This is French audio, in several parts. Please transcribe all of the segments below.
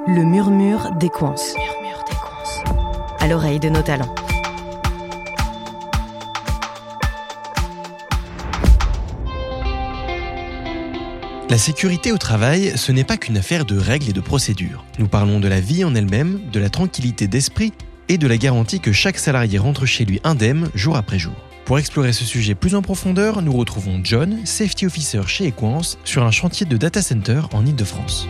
Le murmure des coins. À l'oreille de nos talents. La sécurité au travail, ce n'est pas qu'une affaire de règles et de procédures. Nous parlons de la vie en elle-même, de la tranquillité d'esprit et de la garantie que chaque salarié rentre chez lui indemne jour après jour. Pour explorer ce sujet plus en profondeur, nous retrouvons John, Safety Officer chez Equance, sur un chantier de data center en Île-de-France.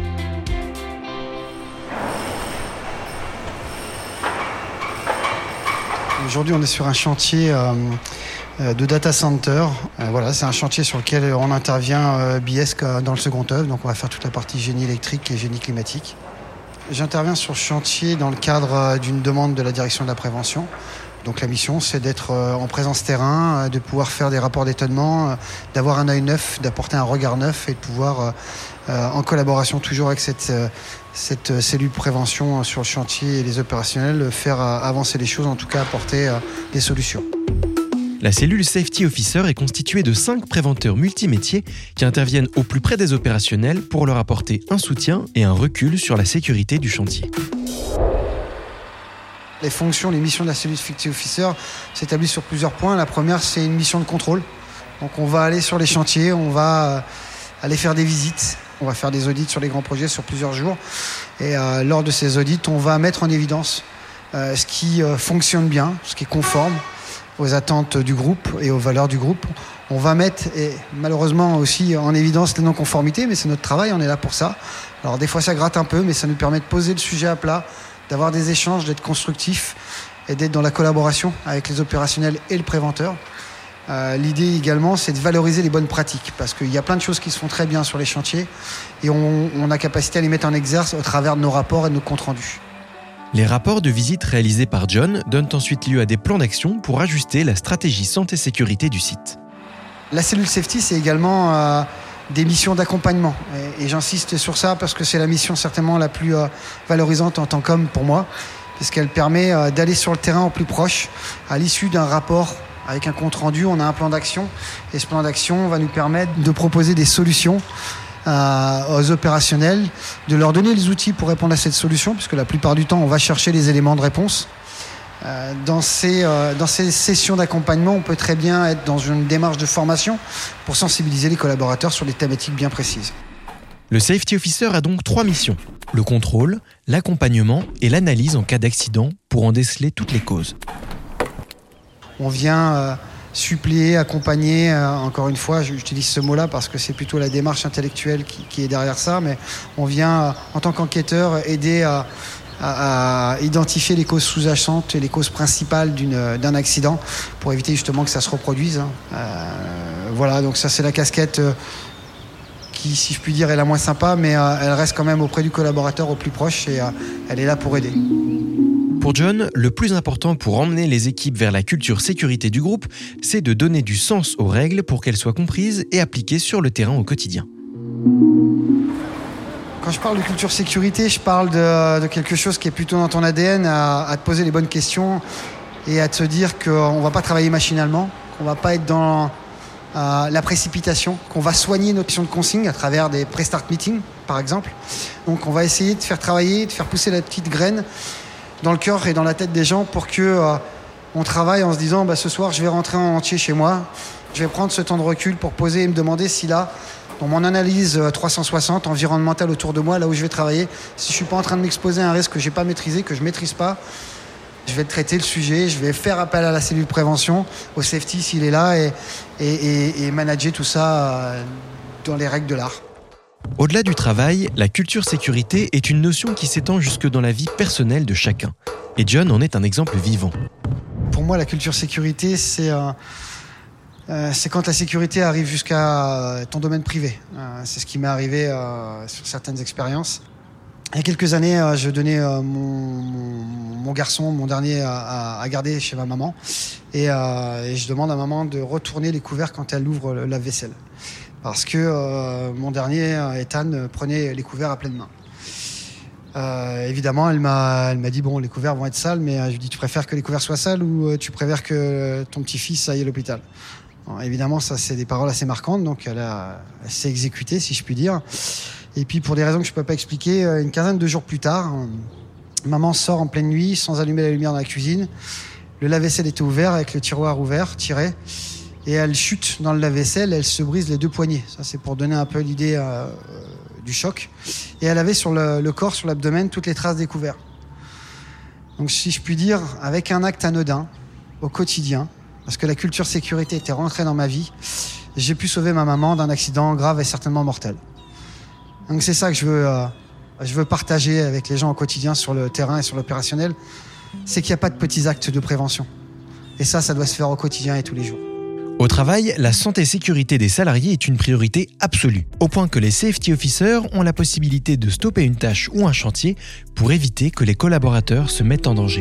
Aujourd'hui, on est sur un chantier de data center. C'est un chantier sur lequel on intervient biesque dans le second œuvre. Donc, on va faire toute la partie génie électrique et génie climatique. J'interviens sur ce chantier dans le cadre d'une demande de la direction de la prévention. Donc, la mission, c'est d'être en présence terrain, de pouvoir faire des rapports d'étonnement, d'avoir un œil neuf, d'apporter un regard neuf et de pouvoir, en collaboration toujours avec cette cellule de prévention sur le chantier et les opérationnels, faire avancer les choses, en tout cas apporter des solutions. La cellule Safety Officer est constituée de 5 préventeurs multimétiers qui interviennent au plus près des opérationnels pour leur apporter un soutien et un recul sur la sécurité du chantier. Les fonctions, les missions de la cellule Safety Officer s'établissent sur plusieurs points. La première, c'est une mission de contrôle. Donc on va aller sur les chantiers, on va aller faire des visites, on va faire des audits sur les grands projets sur plusieurs jours. Et lors de ces audits, on va mettre en évidence ce qui fonctionne bien, ce qui est conforme aux attentes du groupe et aux valeurs du groupe. On va mettre, et malheureusement aussi, en évidence les non-conformités, mais c'est notre travail, on est là pour ça. Alors des fois ça gratte un peu, mais ça nous permet de poser le sujet à plat, d'avoir des échanges, d'être constructif et d'être dans la collaboration avec les opérationnels et le préventeur. L'idée également, c'est de valoriser les bonnes pratiques, parce qu'il y a plein de choses qui se font très bien sur les chantiers et on a capacité à les mettre en exerce au travers de nos rapports et de nos comptes rendus. Les rapports de visite réalisés par John donnent ensuite lieu à des plans d'action pour ajuster la stratégie santé-sécurité du site. La cellule Safety, c'est également des missions d'accompagnement. Et j'insiste sur ça parce que c'est la mission certainement la plus valorisante en tant qu'homme pour moi, puisqu'elle permet d'aller sur le terrain au plus proche. À l'issue d'un rapport avec un compte rendu, on a un plan d'action. Et ce plan d'action va nous permettre de proposer des solutions aux opérationnels, de leur donner les outils pour répondre à cette solution, puisque la plupart du temps, on va chercher les éléments de réponse. Dans ces sessions d'accompagnement, on peut très bien être dans une démarche de formation pour sensibiliser les collaborateurs sur des thématiques bien précises. Le Safety Officer a donc 3 missions: le contrôle, l'accompagnement et l'analyse en cas d'accident pour en déceler toutes les causes. On vient suppléer, accompagner, encore une fois, j'utilise ce mot-là parce que c'est plutôt la démarche intellectuelle qui est derrière ça, mais on vient, en tant qu'enquêteur, aider à identifier les causes sous-jacentes et les causes principales d'un accident pour éviter justement que ça se reproduise. Donc ça c'est la casquette qui, si je puis dire, est la moins sympa, mais elle reste quand même auprès du collaborateur au plus proche et elle est là pour aider. Pour John, le plus important pour emmener les équipes vers la culture sécurité du groupe, c'est de donner du sens aux règles pour qu'elles soient comprises et appliquées sur le terrain au quotidien. Quand je parle de culture sécurité, je parle de quelque chose qui est plutôt dans ton ADN, à te poser les bonnes questions et à te dire qu'on ne va pas travailler machinalement, qu'on ne va pas être dans la précipitation, qu'on va soigner notre mission de consigne à travers des pré-start meetings, par exemple. Donc on va essayer de faire travailler, de faire pousser la petite graine dans le cœur et dans la tête des gens pour qu'on travaille en se disant ce soir je vais rentrer en entier chez moi, je vais prendre ce temps de recul pour poser et me demander si là, dans mon analyse 360 environnementale autour de moi, là où je vais travailler, si je suis pas en train de m'exposer à un risque que j'ai pas maîtrisé, que je maîtrise pas, je vais traiter le sujet, je vais faire appel à la cellule de prévention, au safety s'il est là et manager tout ça dans les règles de l'art. Au-delà du travail, la culture sécurité est une notion qui s'étend jusque dans la vie personnelle de chacun. Et John en est un exemple vivant. Pour moi, la culture sécurité, c'est quand la sécurité arrive jusqu'à ton domaine privé. C'est ce qui m'est arrivé sur certaines expériences. Il y a quelques années, je donnais mon garçon, mon dernier, à garder chez ma maman. Et je demande à maman de retourner les couverts quand elle ouvre le lave-vaisselle. Parce que mon dernier, Ethan, prenait les couverts à pleine main. Évidemment, elle m'a dit, bon, les couverts vont être sales, mais je lui dis, tu préfères que les couverts soient sales ou tu préfères que ton petit-fils aille à l'hôpital? Bon, évidemment, ça, c'est des paroles assez marquantes, donc elle s'est exécutée, si je puis dire. Et puis pour des raisons que je ne peux pas expliquer, une quinzaine de jours plus tard, maman sort en pleine nuit sans allumer la lumière dans la cuisine. Le lave-vaisselle était ouvert avec le tiroir ouvert, tiré. Et elle chute dans le lave-vaisselle, elle se brise les 2 poignets. Ça, c'est pour donner un peu l'idée du choc. Et elle avait sur le corps, sur l'abdomen, toutes les traces des couverts. Donc, si je puis dire, avec un acte anodin, au quotidien, parce que la culture sécurité était rentrée dans ma vie, j'ai pu sauver ma maman d'un accident grave et certainement mortel. Donc, c'est ça que je veux partager avec les gens au quotidien sur le terrain et sur l'opérationnel, c'est qu'il n'y a pas de petits actes de prévention. Et ça doit se faire au quotidien et tous les jours. Au travail, la santé et sécurité des salariés est une priorité absolue, au point que les safety officers ont la possibilité de stopper une tâche ou un chantier pour éviter que les collaborateurs se mettent en danger.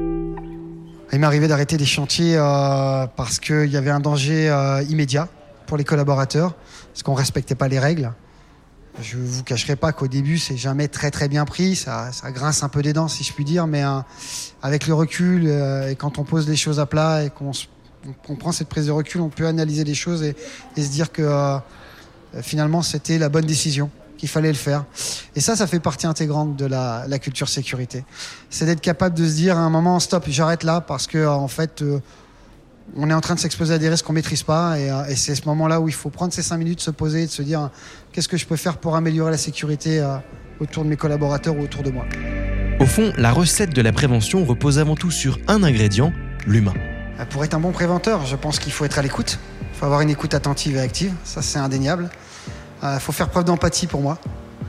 Il m'est arrivé d'arrêter des chantiers parce qu'il y avait un danger immédiat pour les collaborateurs, parce qu'on ne respectait pas les règles. Je ne vous cacherai pas qu'au début, c'est jamais très très bien pris, ça grince un peu des dents si je puis dire, mais avec le recul et quand on pose les choses à plat et qu'on prend cette prise de recul, on peut analyser les choses et se dire que finalement c'était la bonne décision, qu'il fallait le faire. Et ça fait partie intégrante de la culture sécurité. C'est d'être capable de se dire à un moment, stop, j'arrête là parce que en fait, on est en train de s'exposer à des risques qu'on maîtrise pas et c'est ce moment-là où il faut prendre ces 5 minutes, se poser et de se dire qu'est-ce que je peux faire pour améliorer la sécurité autour de mes collaborateurs ou autour de moi. Au fond, la recette de la prévention repose avant tout sur un ingrédient, l'humain. Pour être un bon préventeur, je pense qu'il faut être à l'écoute. Il faut avoir une écoute attentive et active. Ça, c'est indéniable. Il faut faire preuve d'empathie pour moi.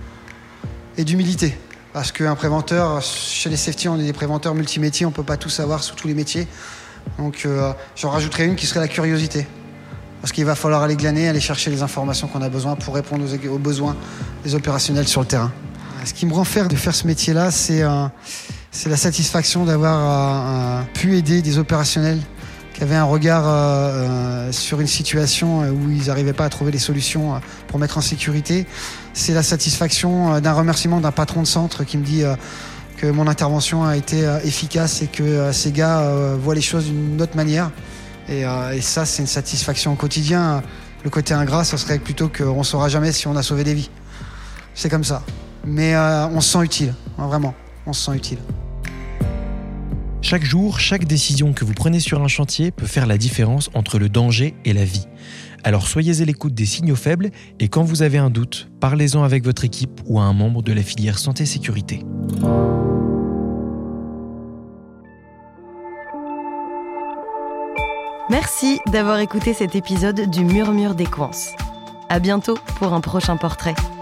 Et d'humilité. Parce qu'un préventeur, chez les safety, on est des préventeurs multimétiers. On ne peut pas tout savoir sous tous les métiers. Donc, j'en rajouterai une qui serait la curiosité. Parce qu'il va falloir aller glaner, aller chercher les informations qu'on a besoin pour répondre aux besoins des opérationnels sur le terrain. Ce qui me rend fier de faire ce métier-là, c'est la satisfaction d'avoir pu aider des opérationnels qui avaient un regard sur une situation où ils n'arrivaient pas à trouver les solutions pour mettre en sécurité. C'est la satisfaction d'un remerciement d'un patron de centre qui me dit que mon intervention a été efficace et que ces gars voient les choses d'une autre manière. Et ça, c'est une satisfaction au quotidien. Le côté ingrat, ce serait plutôt qu'on ne saura jamais si on a sauvé des vies. C'est comme ça. Mais on se sent utile, vraiment, on se sent utile. Chaque jour, chaque décision que vous prenez sur un chantier peut faire la différence entre le danger et la vie. Alors soyez à l'écoute des signaux faibles et quand vous avez un doute, parlez-en avec votre équipe ou à un membre de la filière santé-sécurité. Merci d'avoir écouté cet épisode du Murmure des Coins. À bientôt pour un prochain portrait.